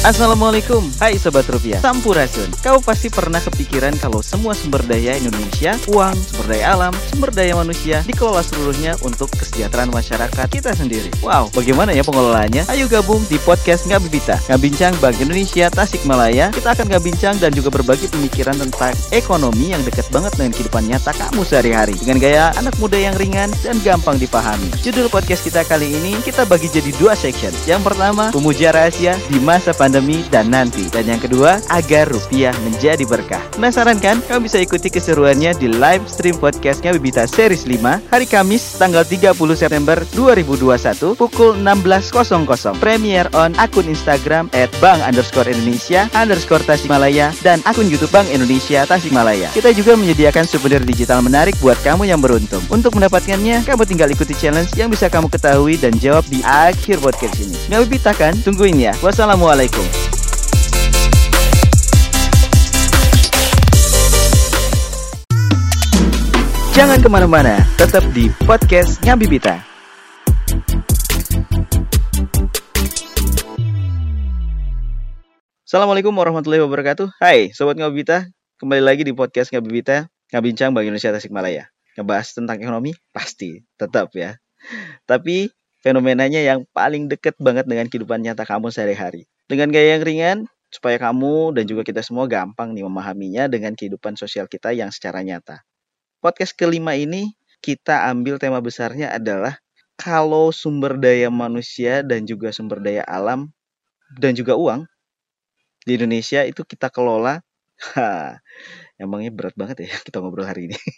Assalamualaikum, hai Sobat Rupiah, Sampurasun. Kau pasti pernah kepikiran kalau semua sumber daya Indonesia, uang, sumber daya alam, sumber daya manusia dikelola seluruhnya untuk kesejahteraan masyarakat kita sendiri. Wow, bagaimana ya pengelolaannya? Ayo gabung di podcast Ngabibita, Ngabincang Bank Indonesia Tasikmalaya. Kita akan ngabincang dan juga berbagi pemikiran tentang ekonomi yang dekat banget dengan kehidupan nyata kamu sehari-hari, dengan gaya anak muda yang ringan dan gampang dipahami. Judul podcast kita kali ini kita bagi jadi 2 section. Yang pertama, pemuja rahasia di masa pandemi dan nanti. Dan yang kedua, agar rupiah menjadi berkah. Penasaran kan? Kamu bisa ikuti keseruannya di live stream podcast Ngabibita Series 5 hari Kamis tanggal 30 September 2021 pukul 16.00. Premiere on akun Instagram @bank_Indonesia_Tasikmalaya dan akun YouTube Bank Indonesia Tasikmalaya. Kita juga menyediakan souvenir digital menarik buat kamu yang beruntung. Untuk mendapatkannya, kamu tinggal ikuti challenge yang bisa kamu ketahui dan jawab di akhir podcast ini. Ngabibita kan? Tungguin ya. Wassalamualaikum. Jangan kemana-mana, tetap di podcast Ngabibita. Assalamualaikum warahmatullahi wabarakatuh. Hai Sobat Ngabibita, kembali lagi di podcast Ngabibita, Ngabincang Bank Indonesia Tasikmalaya. Ngebahas tentang ekonomi? Pasti, tetap ya. Tapi fenomenanya yang paling dekat banget dengan kehidupan nyata kamu sehari-hari. Dengan gaya yang ringan, supaya kamu dan juga kita semua gampang nih memahaminya dengan kehidupan sosial kita yang secara nyata. Podcast kelima ini kita ambil tema besarnya adalah kalau sumber daya manusia dan juga sumber daya alam dan juga uang di Indonesia itu kita kelola. Emangnya berat banget ya kita ngobrol hari ini.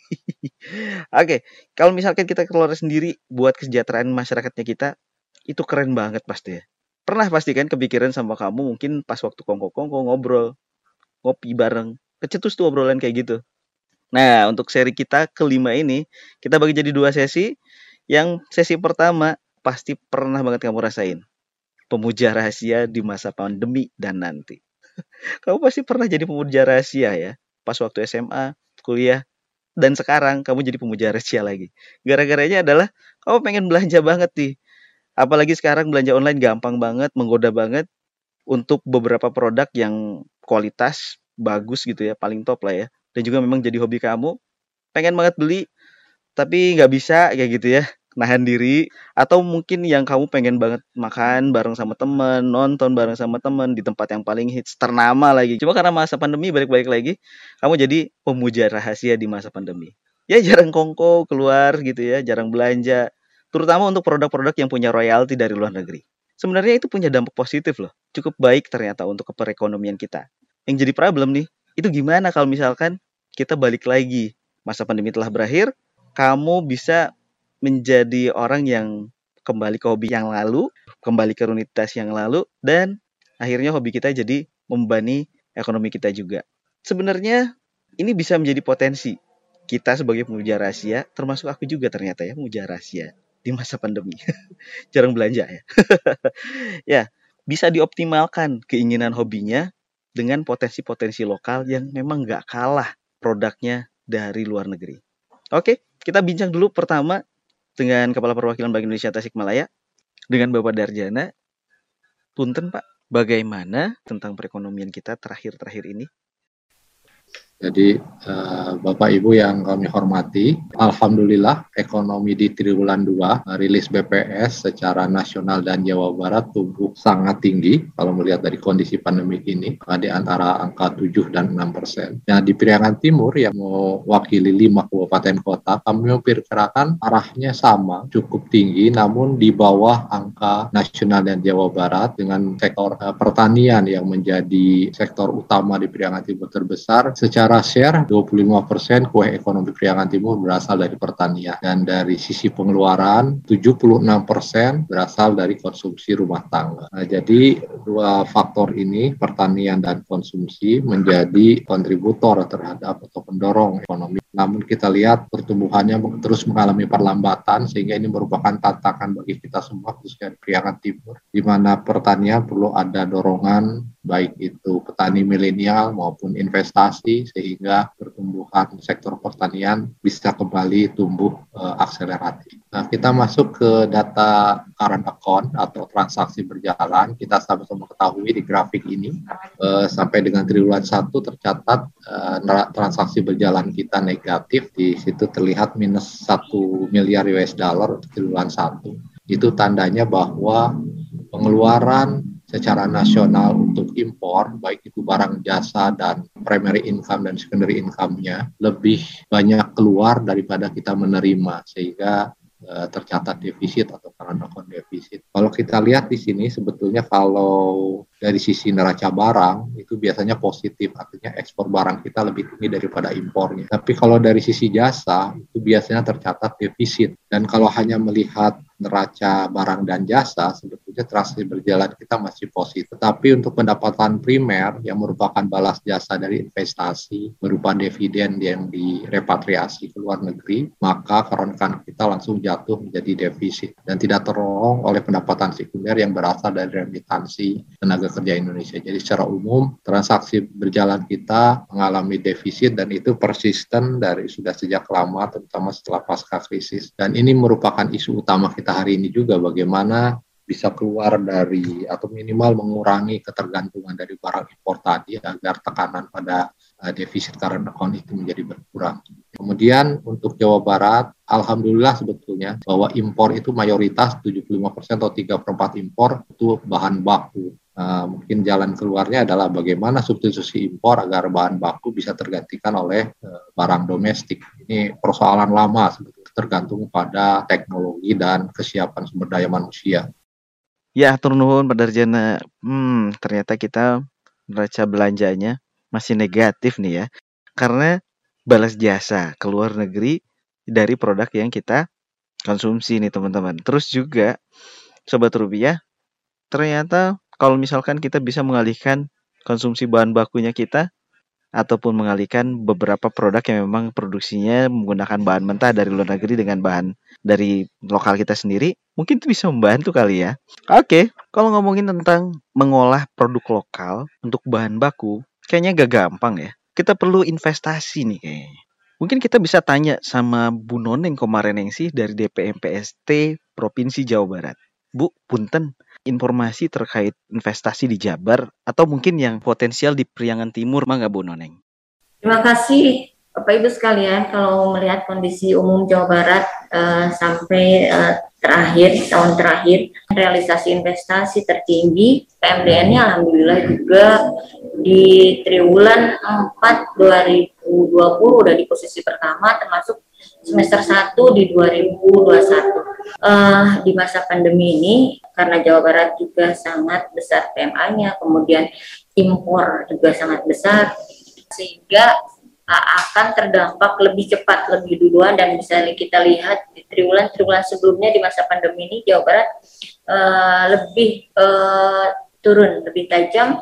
Oke, kalau misalkan kita kelola sendiri buat kesejahteraan masyarakatnya kita, itu keren banget pasti ya. Pernah pasti kan kepikiran sama kamu mungkin pas waktu kongko-kongko ngobrol, ngopi bareng, kecetus tuh obrolan kayak gitu. Nah, untuk seri kita kelima ini, kita bagi jadi 2 sesi. Yang sesi pertama pasti pernah banget kamu rasain. Pemuja rahasia di masa pandemi dan nanti. Kamu pasti pernah jadi pemuja rahasia ya. Pas waktu SMA, kuliah, dan sekarang kamu jadi pemuja rahasia lagi. Gara-garanya adalah kamu pengen belanja banget nih. Apalagi sekarang belanja online gampang banget, menggoda banget untuk beberapa produk yang kualitas bagus gitu ya, paling top lah ya. Dan juga memang jadi hobi kamu, pengen banget beli, tapi nggak bisa kayak gitu ya, nahan diri. Atau mungkin yang kamu pengen banget makan bareng sama temen, nonton bareng sama temen di tempat yang paling hits, ternama lagi. Cuma karena masa pandemi balik-balik lagi, kamu jadi pemuja rahasia di masa pandemi. Ya jarang kongko keluar gitu ya, jarang belanja. Terutama untuk produk-produk yang punya royalti dari luar negeri. Sebenarnya itu punya dampak positif loh. Cukup baik ternyata untuk perekonomian kita. Yang jadi problem nih, itu gimana kalau misalkan kita balik lagi. Masa pandemi telah berakhir, kamu bisa menjadi orang yang kembali ke hobi yang lalu, kembali ke rutinitas yang lalu, dan akhirnya hobi kita jadi membebani ekonomi kita juga. Sebenarnya ini bisa menjadi potensi kita sebagai pemuja rahasia, termasuk aku juga ternyata ya pemuja rahasia di masa pandemi. Jarang belanja ya. Ya, bisa dioptimalkan keinginan hobinya dengan potensi-potensi lokal yang memang nggak kalah produknya dari luar negeri. Oke, kita bincang dulu pertama dengan Kepala Perwakilan Bank Indonesia Tasikmalaya, dengan Bapak Darjana. Punten Pak, bagaimana tentang perekonomian kita terakhir-terakhir ini? Jadi Bapak Ibu yang kami hormati, alhamdulillah ekonomi di triwulan 2 rilis BPS secara nasional dan Jawa Barat tumbuh sangat tinggi kalau melihat dari kondisi pandemi ini di antara angka 7 dan 6%. Nah di Priangan Timur yang mewakili 5 kabupaten kota, kami memperkirakan arahnya sama, cukup tinggi namun di bawah angka nasional dan Jawa Barat dengan sektor pertanian yang menjadi sektor utama di Priangan Timur terbesar. Secara share 25% kue ekonomi Priangan Timur berasal dari pertanian, dan dari sisi pengeluaran 76% berasal dari konsumsi rumah tangga. Nah, jadi 2 faktor ini, pertanian dan konsumsi, menjadi kontributor terhadap atau pendorong ekonomi. Namun kita lihat pertumbuhannya terus mengalami perlambatan, sehingga ini merupakan tantangan bagi kita semua khususnya di Priangan Timur, di mana pertanian perlu ada dorongan baik itu petani milenial maupun investasi, sehingga pertumbuhan sektor pertanian bisa kembali tumbuh akseleratif. Nah, kita masuk ke data current account atau transaksi berjalan. Kita sama-sama ketahui di grafik ini sampai dengan triwulan 1 tercatat transaksi berjalan kita negatif. Di situ terlihat minus 1 miliar US dollar untuk triwulan 1. Itu tandanya bahwa pengeluaran secara nasional untuk impor, baik itu barang jasa dan primary income dan secondary income-nya, lebih banyak keluar daripada kita menerima, sehingga tercatat defisit atau current account defisit. Kalau kita lihat di sini sebetulnya kalau dari sisi neraca barang itu biasanya positif, artinya ekspor barang kita lebih tinggi daripada impornya. Tapi kalau dari sisi jasa itu biasanya tercatat defisit. Dan kalau hanya melihat neraca barang dan jasa, sebetulnya transaksi berjalan kita masih positif. Tetapi untuk pendapatan primer yang merupakan balas jasa dari investasi berupa dividen yang direpatriasi ke luar negeri, maka current account kita langsung jatuh menjadi defisit dan tidak terolong oleh pendapatan sekunder yang berasal dari remitansi tenaga kerja Indonesia. Jadi secara umum transaksi berjalan kita mengalami defisit dan itu persisten dari sudah sejak lama, terutama setelah pasca krisis. Dan ini merupakan isu utama kita hari ini juga, bagaimana bisa keluar dari atau minimal mengurangi ketergantungan dari barang impor tadi agar tekanan pada defisit current account itu menjadi berkurang. Kemudian untuk Jawa Barat, alhamdulillah sebetulnya bahwa impor itu mayoritas 75% atau 3/4 impor itu bahan baku. Mungkin jalan keluarnya adalah bagaimana substitusi impor agar bahan baku bisa tergantikan oleh barang domestik. Ini persoalan lama sebetulnya, tergantung pada teknologi dan kesiapan sumber daya manusia. Ya, atur nuhun Pak Darjana. Ternyata kita neraca belanjanya masih negatif nih ya. Karena balas jasa ke luar negeri dari produk yang kita konsumsi nih teman-teman. Terus juga Sobat Rupiah, ternyata kalau misalkan kita bisa mengalihkan konsumsi bahan bakunya kita ataupun mengalihkan beberapa produk yang memang produksinya menggunakan bahan mentah dari luar negeri dengan bahan dari lokal kita sendiri, mungkin itu bisa membantu kali ya. Oke, kalau ngomongin tentang mengolah produk lokal untuk bahan baku, kayaknya gak gampang ya. Kita perlu investasi nih kayaknya. Mungkin kita bisa tanya sama Bu Noneng Komarenengsi dari DPMPST Provinsi Jawa Barat. Bu, punten, informasi terkait investasi di Jabar atau mungkin yang potensial di Priangan Timur, mah nggak Bu Noneng? Terima kasih Bapak Ibu sekalian. Kalau melihat kondisi umum Jawa Barat sampai tahun terakhir, realisasi investasi tertinggi PMDN-nya alhamdulillah juga di triwulan 4 2020 udah di posisi pertama, termasuk semester 1 di 2021. Di masa pandemi ini karena Jawa Barat juga sangat besar PMA-nya, kemudian impor juga sangat besar, sehingga akan terdampak lebih cepat, lebih duluan, dan bisa kita lihat di triwulan sebelumnya di masa pandemi ini Jawa Barat lebih turun, lebih tajam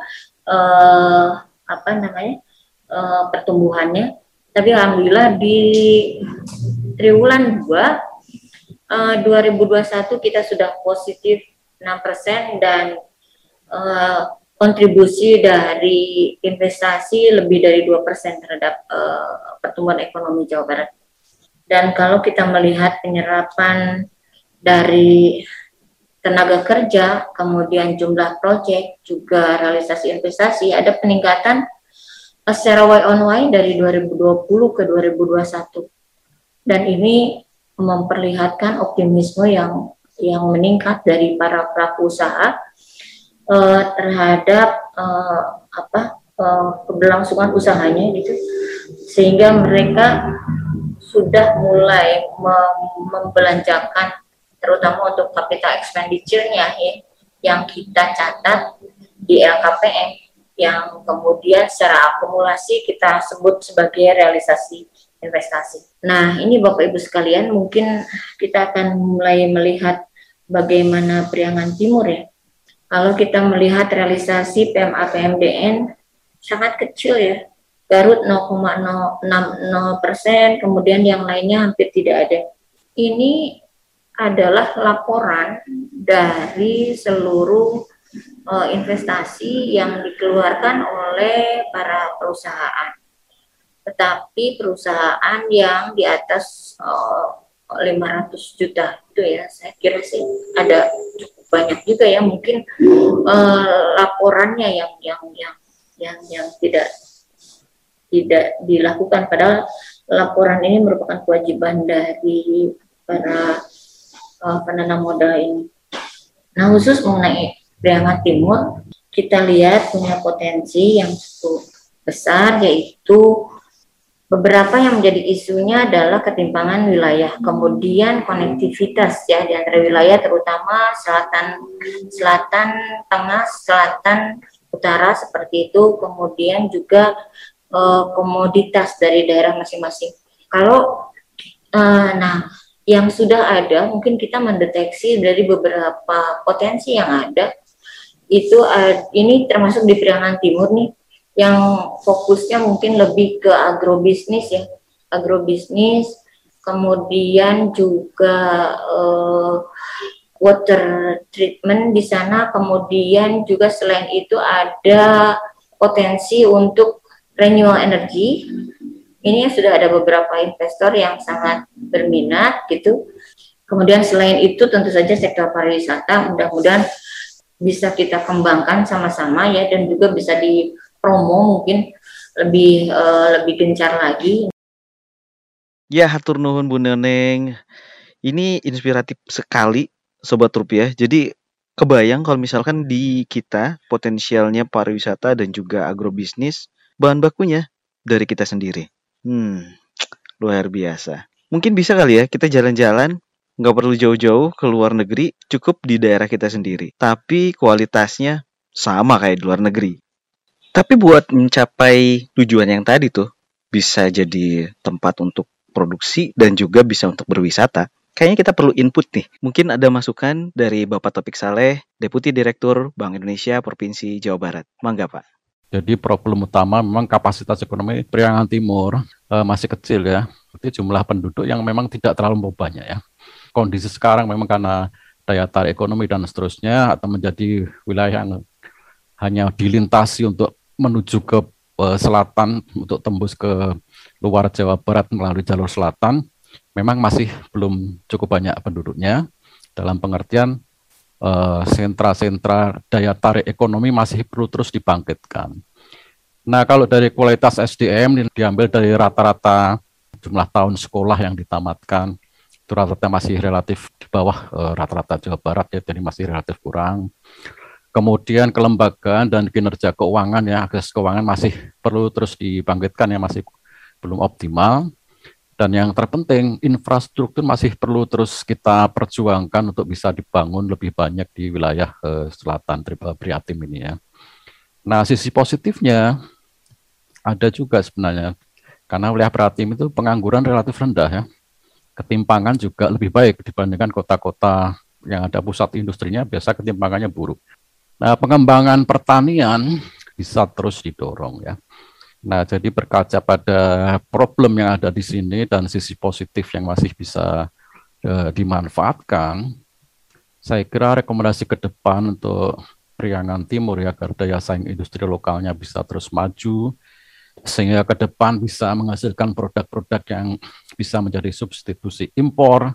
pertumbuhannya. Tapi alhamdulillah di triwulan 2 2021 kita sudah positif 6% dan kontribusi dari investasi lebih dari 2% terhadap pertumbuhan ekonomi Jawa Barat. Dan kalau kita melihat penyerapan dari tenaga kerja, kemudian jumlah proyek, juga realisasi investasi, ada peningkatan secara Y on Y dari 2020 ke 2021. Dan ini memperlihatkan optimisme yang meningkat dari para pelaku usaha terhadap keberlangsungan usahanya gitu, sehingga mereka sudah mulai membelanjakan terutama untuk capital expenditure-nya ya, yang kita catat di LKPM, yang kemudian secara akumulasi kita sebut sebagai realisasi investasi. Nah, ini Bapak Ibu sekalian, mungkin kita akan mulai melihat bagaimana Priangan Timur ya. Kalau kita melihat realisasi PMA PMDN sangat kecil ya, Garut 0,060%, kemudian yang lainnya hampir tidak ada. Ini adalah laporan dari seluruh investasi yang dikeluarkan oleh para perusahaan. Tetapi perusahaan yang di atas 500 juta itu ya, saya kira sih ada cukup banyak juga ya, mungkin laporannya yang tidak dilakukan, padahal laporan ini merupakan kewajiban dari para penanam modal ini. Nah, khusus mengenai Priangan Timur, kita lihat punya potensi yang cukup besar, yaitu beberapa yang menjadi isunya adalah ketimpangan wilayah, kemudian konektivitas ya di antara wilayah, terutama selatan, tengah, selatan, utara seperti itu, kemudian juga komoditas dari daerah masing-masing. Kalau nah, yang sudah ada mungkin kita mendeteksi dari beberapa potensi yang ada itu ini termasuk di Priangan Timur nih, yang fokusnya mungkin lebih ke agrobisnis ya, agrobisnis, kemudian juga water treatment di sana, kemudian juga selain itu ada potensi untuk renewable energy. Ini sudah ada beberapa investor yang sangat berminat gitu. Kemudian selain itu tentu saja sektor pariwisata mudah-mudahan bisa kita kembangkan sama-sama ya, dan juga bisa dipromo mungkin lebih gencar lagi. Ya, hatur nuhun Bu Neneng. Ini inspiratif sekali Sobat Rupiah. Jadi kebayang kalau misalkan di kita potensialnya pariwisata dan juga agrobisnis, bahan bakunya dari kita sendiri. Luar biasa. Mungkin bisa kali ya kita jalan-jalan, nggak perlu jauh-jauh ke luar negeri, cukup di daerah kita sendiri. Tapi kualitasnya sama kayak di luar negeri. Tapi buat mencapai tujuan yang tadi tuh, bisa jadi tempat untuk produksi dan juga bisa untuk berwisata. Kayaknya kita perlu input nih. Mungkin ada masukan dari Bapak Topik Saleh, Deputi Direktur Bank Indonesia Provinsi Jawa Barat. Mangga Pak. Jadi problem utama memang kapasitas ekonomi Priangan Timur masih kecil ya. Jadi jumlah penduduk yang memang tidak terlalu banyak ya. Kondisi sekarang memang karena daya tarik ekonomi dan seterusnya, atau menjadi wilayah yang hanya dilintasi untuk menuju ke selatan, untuk tembus ke luar Jawa Barat melalui jalur selatan, memang masih belum cukup banyak penduduknya. Dalam pengertian sentra-sentra daya tarik ekonomi masih perlu terus dibangkitkan. Nah, kalau dari kualitas SDM diambil dari rata-rata jumlah tahun sekolah yang ditamatkan, itu rata-rata masih relatif di bawah rata-rata Jawa Barat ya, jadi masih relatif kurang. Kemudian kelembagaan dan kinerja keuangan ya, akses keuangan masih perlu terus dibangkitkan ya, masih belum optimal. Dan yang terpenting, infrastruktur masih perlu terus kita perjuangkan untuk bisa dibangun lebih banyak di wilayah selatan Priatim ini ya. Nah, sisi positifnya ada juga sebenarnya, karena wilayah Priatim itu pengangguran relatif rendah ya. Ketimpangan juga lebih baik dibandingkan kota-kota yang ada pusat industrinya, biasa ketimpangannya buruk. Nah, pengembangan pertanian bisa terus didorong ya. Nah, jadi berkaca pada problem yang ada di sini dan sisi positif yang masih bisa dimanfaatkan, saya kira rekomendasi ke depan untuk Priangan Timur ya, agar daya saing industri lokalnya bisa terus maju, sehingga ke depan bisa menghasilkan produk-produk yang bisa menjadi substitusi impor.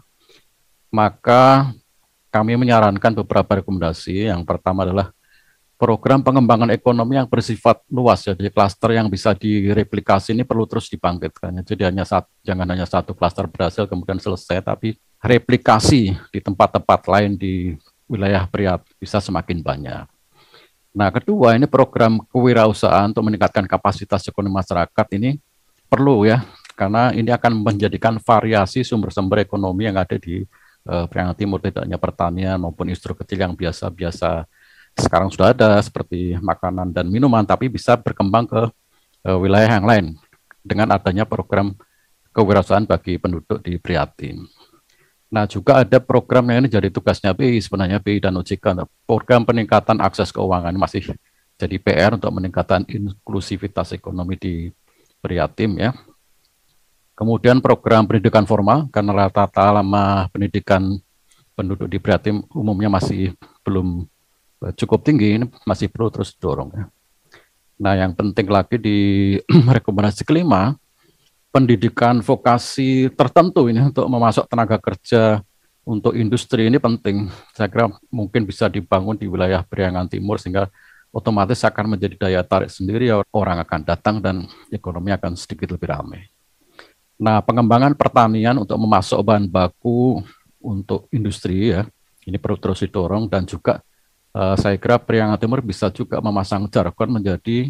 Maka kami menyarankan beberapa rekomendasi. Yang pertama adalah program pengembangan ekonomi yang bersifat luas, jadi klaster yang bisa direplikasi ini perlu terus dibangkitkan. Jadi jangan hanya satu klaster berhasil kemudian selesai, tapi replikasi di tempat-tempat lain di wilayah Priat bisa semakin banyak. Nah, kedua, ini program kewirausahaan untuk meningkatkan kapasitas ekonomi masyarakat ini perlu ya, karena ini akan menjadikan variasi sumber-sumber ekonomi yang ada di Priangan Timur, tidak hanya pertanian maupun industri kecil yang biasa-biasa sekarang sudah ada seperti makanan dan minuman, tapi bisa berkembang ke wilayah yang lain dengan adanya program kewirausahaan bagi penduduk di Priatim. Nah, juga ada program yang ini jadi tugasnya BI, sebenarnya BI dan OJK, program peningkatan akses keuangan masih jadi PR untuk meningkatkan inklusivitas ekonomi di Priatim ya. Kemudian program pendidikan formal, karena rata-rata lama pendidikan penduduk di Priatim umumnya masih belum cukup tinggi, ini masih perlu terus didorong ya. Nah, yang penting lagi di rekomendasi kelima, pendidikan vokasi tertentu ini untuk memasok tenaga kerja untuk industri ini penting. Saya kira mungkin bisa dibangun di wilayah Priangan Timur sehingga otomatis akan menjadi daya tarik sendiri, orang akan datang dan ekonomi akan sedikit lebih ramai. Nah, pengembangan pertanian untuk memasok bahan baku untuk industri ya, ini perlu terus didorong, dan juga saya kira Priangan Timur bisa juga memasang jargon menjadi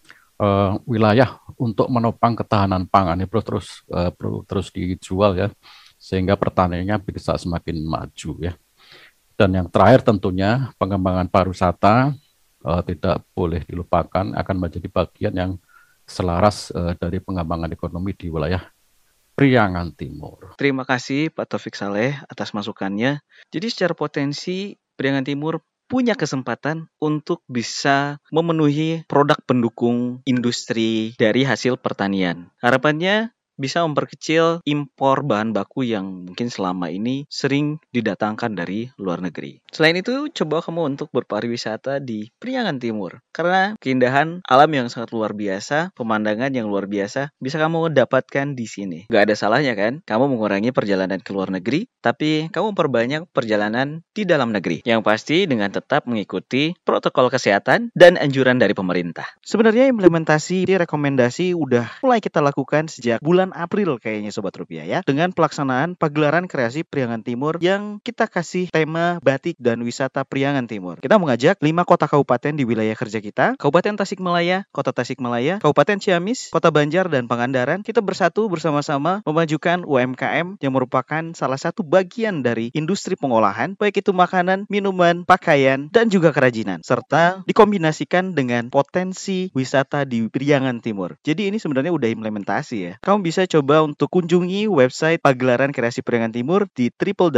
wilayah untuk menopang ketahanan pangan. Ini perlu terus dijual ya, sehingga pertaniannya bisa semakin maju ya. Dan yang terakhir tentunya pengembangan pariwisata tidak boleh dilupakan, akan menjadi bagian yang selaras dari pengembangan ekonomi di wilayah Priangan Timur. Terima kasih Pak Taufik Saleh atas masukannya. Jadi secara potensi Priangan Timur punya kesempatan untuk bisa memenuhi produk pendukung industri dari hasil pertanian. Harapannya bisa memperkecil impor bahan baku yang mungkin selama ini sering didatangkan dari luar negeri. Selain itu, coba kamu untuk berpariwisata di Priangan Timur. Karena keindahan alam yang sangat luar biasa, pemandangan yang luar biasa, bisa kamu dapatkan di sini. Gak ada salahnya kan, kamu mengurangi perjalanan ke luar negeri, tapi kamu perbanyak perjalanan di dalam negeri. Yang pasti dengan tetap mengikuti protokol kesehatan dan anjuran dari pemerintah. Sebenarnya implementasi rekomendasi udah mulai kita lakukan sejak bulan April kayaknya Sobat Rupiah ya, dengan pelaksanaan pagelaran kreasi Priangan Timur yang kita kasih tema batik dan wisata Priangan Timur. Kita mengajak 5 kota kabupaten di wilayah kerja kita, Kabupaten Tasikmalaya, Kota Tasikmalaya, Kabupaten Ciamis, Kota Banjar, dan Pangandaran. Kita bersatu bersama-sama memajukan UMKM yang merupakan salah satu bagian dari industri pengolahan, baik itu makanan, minuman, pakaian, dan juga kerajinan, serta dikombinasikan dengan potensi wisata di Priangan Timur. Jadi ini sebenarnya udah implementasi ya. Kamu bisa coba untuk kunjungi website Pagelaran Kreasi Priangan Timur di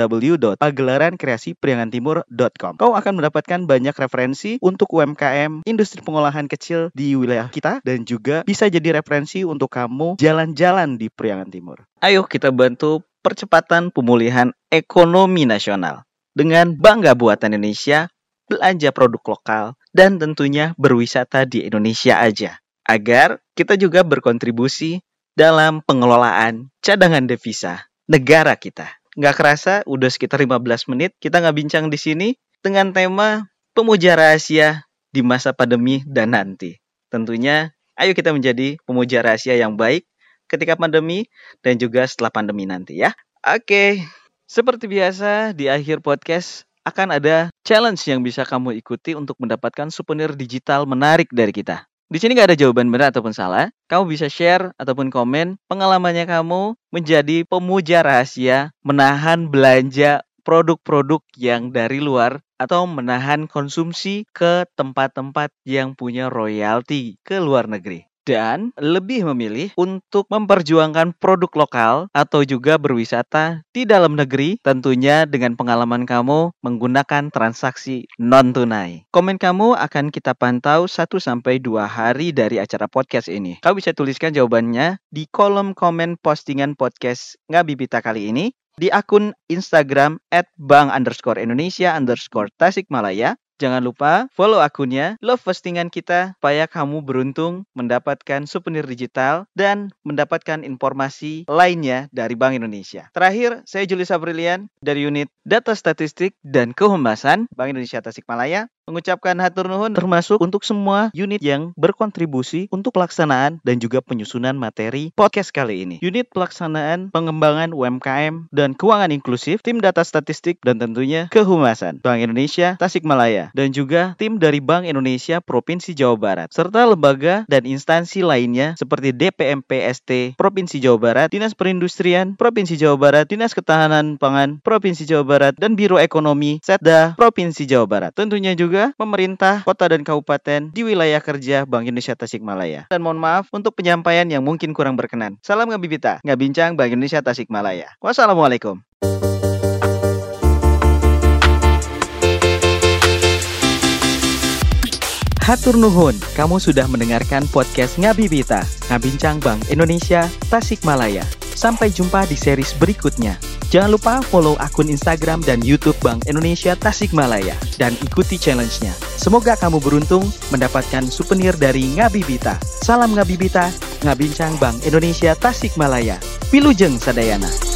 www.pagelaran-kreasi-priangan-timur.com. Kau akan mendapatkan banyak referensi untuk UMKM industri pengolahan kecil di wilayah kita, dan juga bisa jadi referensi untuk kamu jalan-jalan di Priangan Timur. Ayo kita bantu percepatan pemulihan ekonomi nasional dengan bangga buatan Indonesia, belanja produk lokal, dan tentunya berwisata di Indonesia aja, agar kita juga berkontribusi dalam pengelolaan cadangan devisa negara kita. Nggak kerasa udah sekitar 15 menit kita nggak bincang di sini dengan tema pemuja rahasia di masa pandemi dan nanti. Tentunya ayo kita menjadi pemuja rahasia yang baik ketika pandemi dan juga setelah pandemi nanti ya. Oke, seperti biasa di akhir podcast akan ada challenge yang bisa kamu ikuti untuk mendapatkan souvenir digital menarik dari kita. Di sini nggak ada jawaban benar ataupun salah. Kamu bisa share ataupun komen pengalamannya kamu menjadi pemuja rahasia, menahan belanja produk-produk yang dari luar atau menahan konsumsi ke tempat-tempat yang punya royalti ke luar negeri. Dan lebih memilih untuk memperjuangkan produk lokal atau juga berwisata di dalam negeri, tentunya dengan pengalaman kamu menggunakan transaksi non-tunai. Komen kamu akan kita pantau 1-2 hari dari acara podcast ini. Kamu bisa tuliskan jawabannya di kolom komen postingan podcast Ngabibita kali ini di akun Instagram @bank_Indonesia_Tasikmalaya. Jangan lupa follow akunnya, love postingan kita, supaya kamu beruntung mendapatkan souvenir digital dan mendapatkan informasi lainnya dari Bank Indonesia. Terakhir, saya Julius Aprilian dari unit Data Statistik dan Kehumasan Bank Indonesia Tasikmalaya mengucapkan hatur nuhun, termasuk untuk semua unit yang berkontribusi untuk pelaksanaan dan juga penyusunan materi podcast kali ini. Unit pelaksanaan pengembangan UMKM dan keuangan inklusif, tim data statistik, dan tentunya Kehumasan Bank Indonesia Tasikmalaya, dan juga tim dari Bank Indonesia Provinsi Jawa Barat, serta lembaga dan instansi lainnya seperti DPMPST Provinsi Jawa Barat, Dinas Perindustrian Provinsi Jawa Barat, Dinas Ketahanan Pangan Provinsi Jawa Barat, dan Biro Ekonomi Setda Provinsi Jawa Barat. Tentunya juga pemerintah kota dan kabupaten di wilayah kerja Bank Indonesia Tasikmalaya. Dan mohon maaf untuk penyampaian yang mungkin kurang berkenan. Salam Ngabibita, Ngabincang Bank Indonesia Tasikmalaya. Wassalamualaikum. Hatur nuhun, kamu sudah mendengarkan podcast Ngabibita, Ngabincang Bank Indonesia Tasikmalaya. Sampai jumpa di series berikutnya. Jangan lupa follow akun Instagram dan YouTube Bank Indonesia Tasikmalaya dan ikuti challenge-nya. Semoga kamu beruntung mendapatkan souvenir dari Ngabibita. Salam Ngabibita, Ngabincang Bank Indonesia Tasikmalaya. Wilujeng Sadayana.